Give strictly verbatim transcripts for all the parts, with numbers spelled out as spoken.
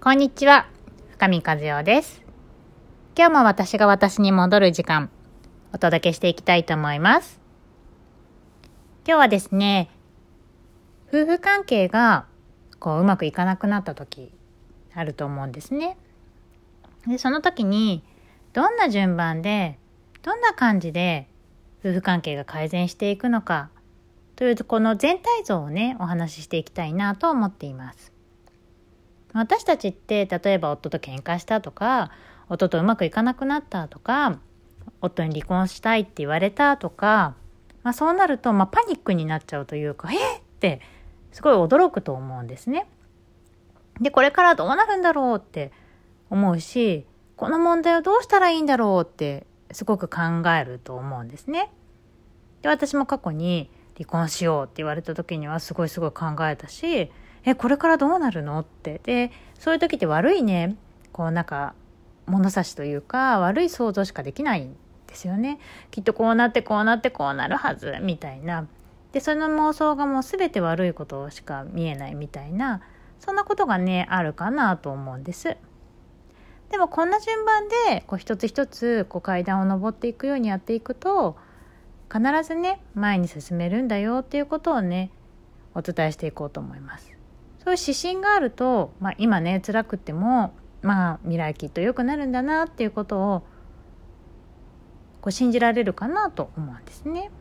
こんにちは、深見和代です。今日も私が私に戻る時間、お届けしていきたいと思います。今日はですね、夫婦関係がこううまくいかなくなった時あると思うんですね。で、その時にどんな順番で、どんな感じで夫婦関係が改善していくのかというこの全体像をね、お話ししていきたいなと思っています。私たちって例えば夫と喧嘩したとか、夫とうまくいかなくなったとか、夫に離婚したいって言われたとか、まあ、そうなると、まあ、パニックになっちゃうというか、えーってすごい驚くと思うんですね。で、これからどうなるんだろうって思うし、この問題をどうしたらいいんだろうってすごく考えると思うんですね。で、私も過去に離婚しようって言われた時にはすごいすごい考えたし、え、これからどうなるのって。で、そういう時って悪いね、こうなんか物差しというか悪い想像しかできないんですよね。きっとこうなってこうなってこうなるはずみたいな。で、その妄想がもう全て悪いことしか見えないみたいな、そんなことがね、あるかなと思うんです。でもこんな順番でこう一つ一つこう階段を上っていくようにやっていくと、必ずね、前に進めるんだよっていうことをね、お伝えしていこうと思います。そういう指針があると、まあ、今ね辛くても、まあ、未来きっと良くなるんだなっていうことをこう信じられるかなと思うんですね。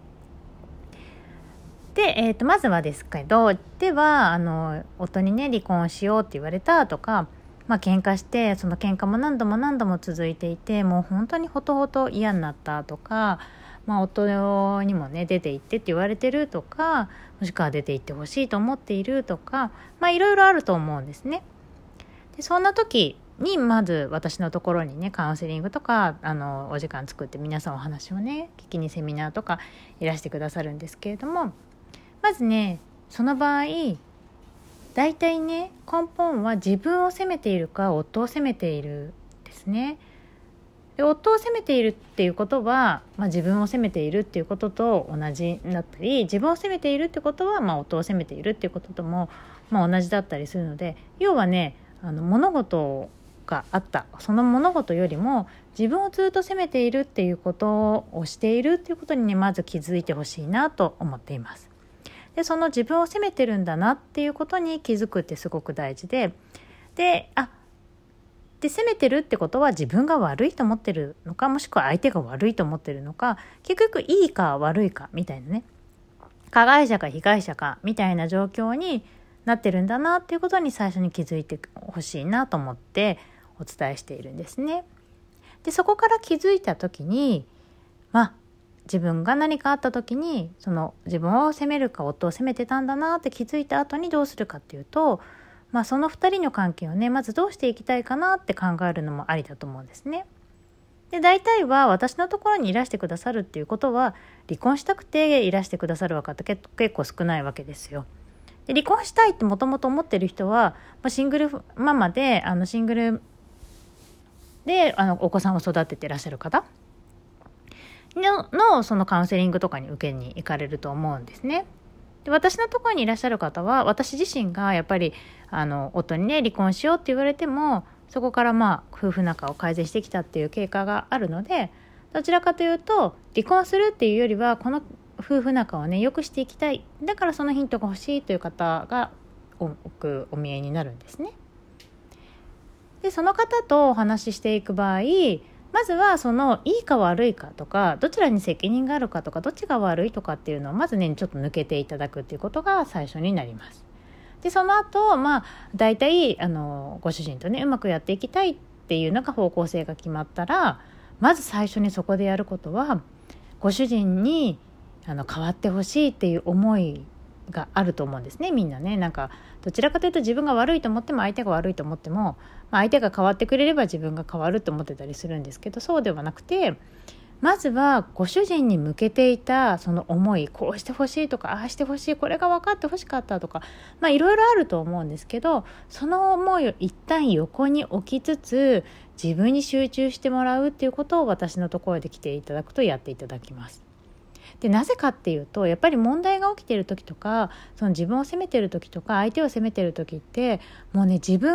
で、えー、とまずはですけど、ではあの夫にね離婚しようって言われたとか、まあ喧嘩してその喧嘩も何度も何度も続いていて、もう本当にほとほと嫌になったとか、まあ、夫にもね出て行ってって言われてるとか、もしくは出て行ってほしいと思っているとか、まあいろいろあると思うんですね。で、そんな時にまず私のところにねカウンセリングとかあのお時間作って皆さんお話をね聞きにセミナーとかいらしてくださるんですけれども、まずねその場合だいたいね根本は自分を責めているか夫を責めているですね。で、夫を責めているっていうことは、まあ、自分を責めているっていうことと同じだったり、自分を責めているってことは、まあ、夫を責めているっていうこととも、まあ、同じだったりするので、要はねあの物事があった、その物事よりも自分をずっと責めているっていうことをしているっていうことにねまず気づいてほしいなと思っています。で、その自分を責めてるんだなっていうことに気づくってすごく大事で、で、あで責めてるってことは自分が悪いと思ってるのか、もしくは相手が悪いと思ってるのか、結局いいか悪いかみたいなね、加害者か被害者かみたいな状況になってるんだなっていうことに最初に気づいてほしいなと思ってお伝えしているんですね。で、そこから気づいた時に、まあ自分が何かあった時にその自分を責めるか夫を責めてたんだなって気づいた後にどうするかっていうと、まあ、そのふたりの関係をねまずどうしていきたいかなって考えるのもありだと思うんですね。で、大体は私のところにいらしてくださるっていうことは離婚したくていらしてくださる方って結構少ないわけですよ。で、離婚したいってもともと思ってる人は、まあ、シングルママであのシングルであのお子さんを育てていらっしゃる方の, のそのカウンセリングとかに受けに行かれると思うんですね。で、私のところにいらっしゃる方は、私自身がやっぱりあの夫にね離婚しようって言われても、そこからまあ夫婦仲を改善してきたっていう経過があるので、どちらかというと離婚するっていうよりはこの夫婦仲をね良くしていきたい、だからそのヒントが欲しいという方が多くお見えになるんですね。で、その方とお話ししていく場合、まずはそのいいか悪いかとか、どちらに責任があるかとか、どっちが悪いとかっていうのをまずねちょっと抜けていただくっていうことが最初になります。で、その後まあだいたいあのご主人とねうまくやっていきたいっていうのが方向性が決まったら、まず最初にそこでやることは、ご主人にあの変わってほしいっていう思いがあると思うんですね。みんなね、なんかどちらかというと自分が悪いと思っても相手が悪いと思っても、まあ、相手が変わってくれれば自分が変わると思ってたりするんですけど、そうではなくて、まずはご主人に向けていたその思い、こうしてほしいとか、ああしてほしい、これが分かってほしかったとか、まあいろいろあると思うんですけど、その思いを一旦横に置きつつ自分に集中してもらうっていうことを私のところで来ていただくとやっていただきます。で、なぜかっていうと、やっぱり問題が起きている時とか、その自分を責めている時とか相手を責めている時って、もうね自分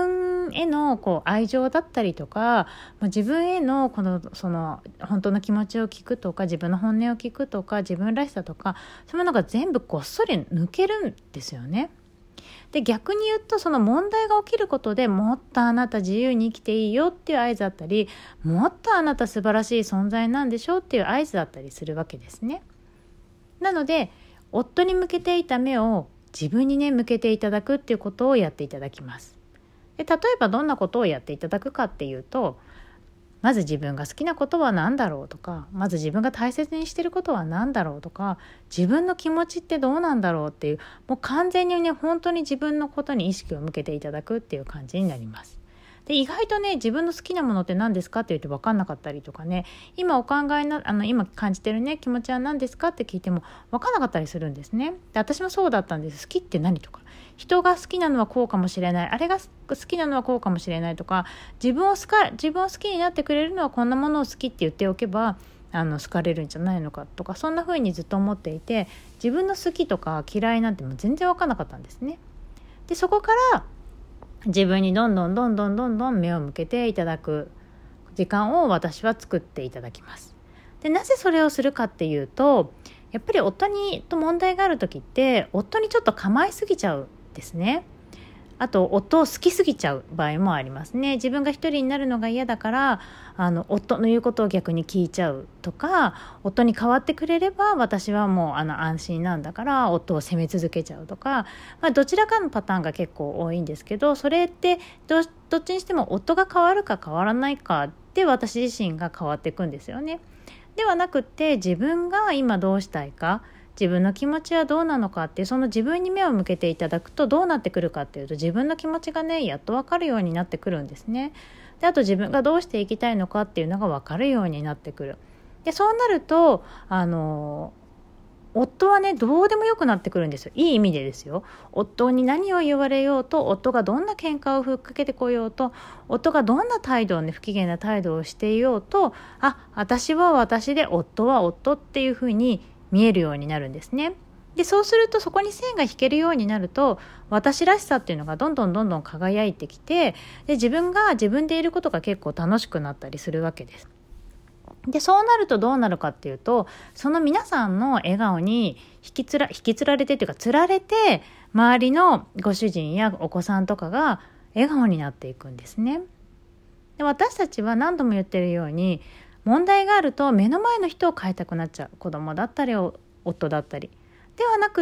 分へのこう愛情だったりとか、まあ、自分へのこのその本当の気持ちを聞くとか、自分の本音を聞くとか、自分らしさとか、そういうものが全部こっそり抜けるんですよね。で逆に言うと、その問題が起きることでもっとあなた自由に生きていいよっていう合図だったり、もっとあなた素晴らしい存在なんでしょっていう合図だったりするわけですね。なので夫に向けていた目を自分にね向けていただくっていうことをやっていただきます。で例えばどんなことをやっていただくかっていうと、まず自分が好きなことは何だろうとか、まず自分が大切にしていることは何だろうとか、自分の気持ちってどうなんだろうっていう、もう完全にね本当に自分のことに意識を向けていただくっていう感じになります。で意外とね、自分の好きなものって何ですかって言って分かんなかったりとかね、今お考えなあの今感じてるね気持ちは何ですかって聞いても分かんなかったりするんですね。で私もそうだったんです。好きって何とか、人が好きなのはこうかもしれない、あれが好きなのはこうかもしれないとか、自分を好か自分を好きになってくれるのはこんなものを好きって言っておけばあの好かれるんじゃないのかとか、そんな風にずっと思っていて、自分の好きとか嫌いなんてもう全然分かんなかったんですね。でそこから自分にどんどんどんどんどんどん目を向けていただく時間を私は作っていただきます。でなぜそれをするかっていうと、やっぱり夫にと問題がある時って夫にちょっと構いすぎちゃうんですね。あと夫を好きすぎちゃう場合もありますね。自分が一人になるのが嫌だからあの夫の言うことを逆に聞いちゃうとか、夫に代わってくれれば私はもうあの安心なんだから夫を責め続けちゃうとか、まあ、どちらかのパターンが結構多いんですけど、それってどどっちにしても夫が変わるか変わらないかで私自身が変わっていくんですよね。ではなくって自分が今どうしたいか、自分の気持ちはどうなのかっていう、その自分に目を向けていただくとどうなってくるかっていうと、自分の気持ちがねやっと分かるようになってくるんですね。であと自分がどうしていきたいのかっていうのが分かるようになってくる。でそうなるとあの夫はねどうでもよくなってくるんですよ。いい意味でですよ。夫に何を言われようと、夫がどんな喧嘩をふっかけてこようと、夫がどんな態度をね不機嫌な態度をしていようと、あ私は私で夫は夫っていうふうに見えるようになるんですね。でそうするとそこに線が引けるようになると、私らしさっていうのがどんどんどんどん輝いてきて、で自分が自分でいることが結構楽しくなったりするわけです。でそうなるとどうなるかっていうと、その皆さんの笑顔に引きつら引きつられてっていうかつられて、周りのご主人やお子さんとかが笑顔になっていくんですね。で私たちは何度も言ってるように、問題があると目の前の人を変えたくなっちゃう。子供だったり夫だったりではなくって、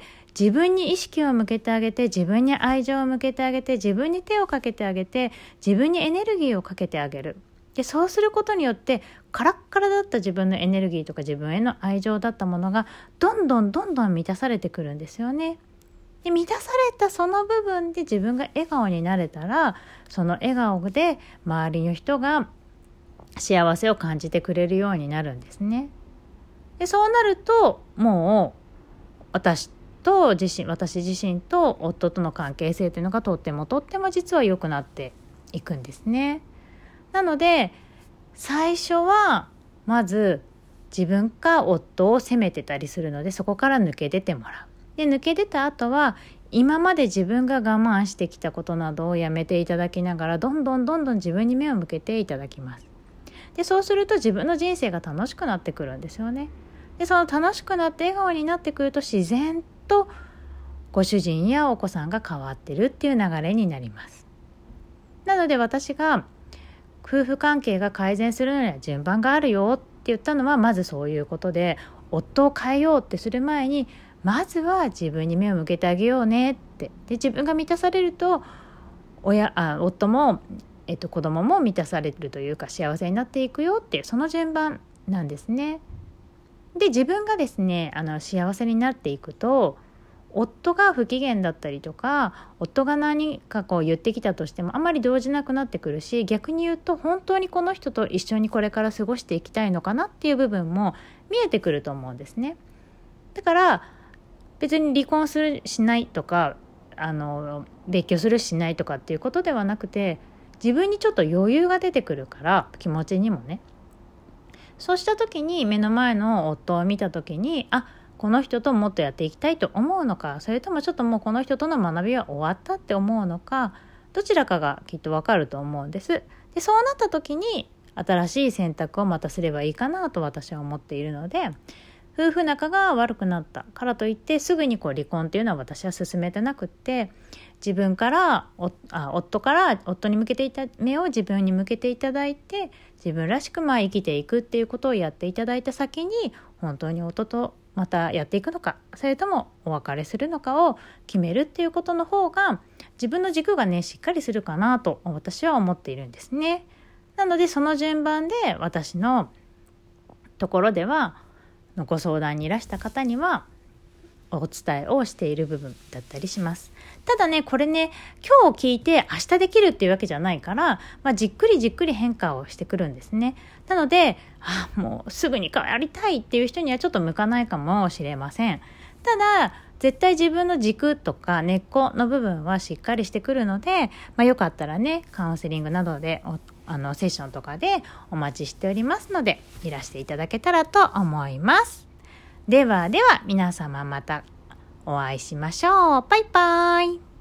自分に意識を向けてあげて、自分に愛情を向けてあげて、自分に手をかけてあげて、自分にエネルギーをかけてあげる。でそうすることによってカラッカラだった自分のエネルギーとか自分への愛情だったものがどんどんどんどん満たされてくるんですよね。で満たされたその部分で自分が笑顔になれたら、その笑顔で周りの人が幸せを感じてくれるようになるんですね。でそうなるともう私と自身私自身と夫との関係性というのがとってもとっても実は良くなっていくんですね。なので最初はまず自分か夫を責めてたりするので、そこから抜け出てもらう。で抜け出た後は今まで自分が我慢してきたことなどをやめていただきながら、どんどんどんどん自分に目を向けていただきます。でそうすると自分の人生が楽しくなってくるんですよね。でその楽しくなって笑顔になってくると、自然とご主人やお子さんが変わってるっていう流れになります。なので私が夫婦関係が改善するのには順番があるよって言ったのはまずそういうことで、夫を変えようってする前にまずは自分に目を向けてあげようねって。で自分が満たされると親あ夫も、えっと、子供も満たされるというか幸せになっていくよっていう、その順番なんですね。で自分がですねあの幸せになっていくと、夫が不機嫌だったりとか、夫が何かこう言ってきたとしてもあまり動じなくなってくるし、逆に言うと本当にこの人と一緒にこれから過ごしていきたいのかなっていう部分も見えてくると思うんですね。だから別に離婚するしないとか、あの別居するしないとかっていうことではなくて、自分にちょっと余裕が出てくるから、気持ちにもね。そうした時に目の前の夫を見た時に、あこの人ともっとやっていきたいと思うのか、それともちょっともうこの人との学びは終わったって思うのか、 どちらかがきっとわかると思うんです。で、そうなった時に新しい選択をまたすればいいかなと私は思っているので、夫婦仲が悪くなったからといってすぐにこう離婚っていうのは私は進めてなくって、自分からおあ夫から夫に向けていた目を自分に向けていただいて、自分らしくまあ生きていくっていうことをやっていただいた先に、本当に夫とまたやっていくのか、それともお別れするのかを決めるっていうことの方が、自分の軸がねしっかりするかなと私は思っているんですね。なのでその順番で私のところではご相談にいらした方にはお伝えをしている部分だったりします。ただね、これね、今日聞いて明日できるっていうわけじゃないから、まあ、じっくりじっくり変化をしてくるんですね。なので、あ、もうすぐに変わりたいっていう人にはちょっと向かないかもしれません。ただ、絶対自分の軸とか根っこの部分はしっかりしてくるので、まあ、よかったらね、カウンセリングなどでおあのセッションとかでお待ちしておりますので、いらしていただけたらと思います。ではでは皆様またお会いしましょう。バイバイ。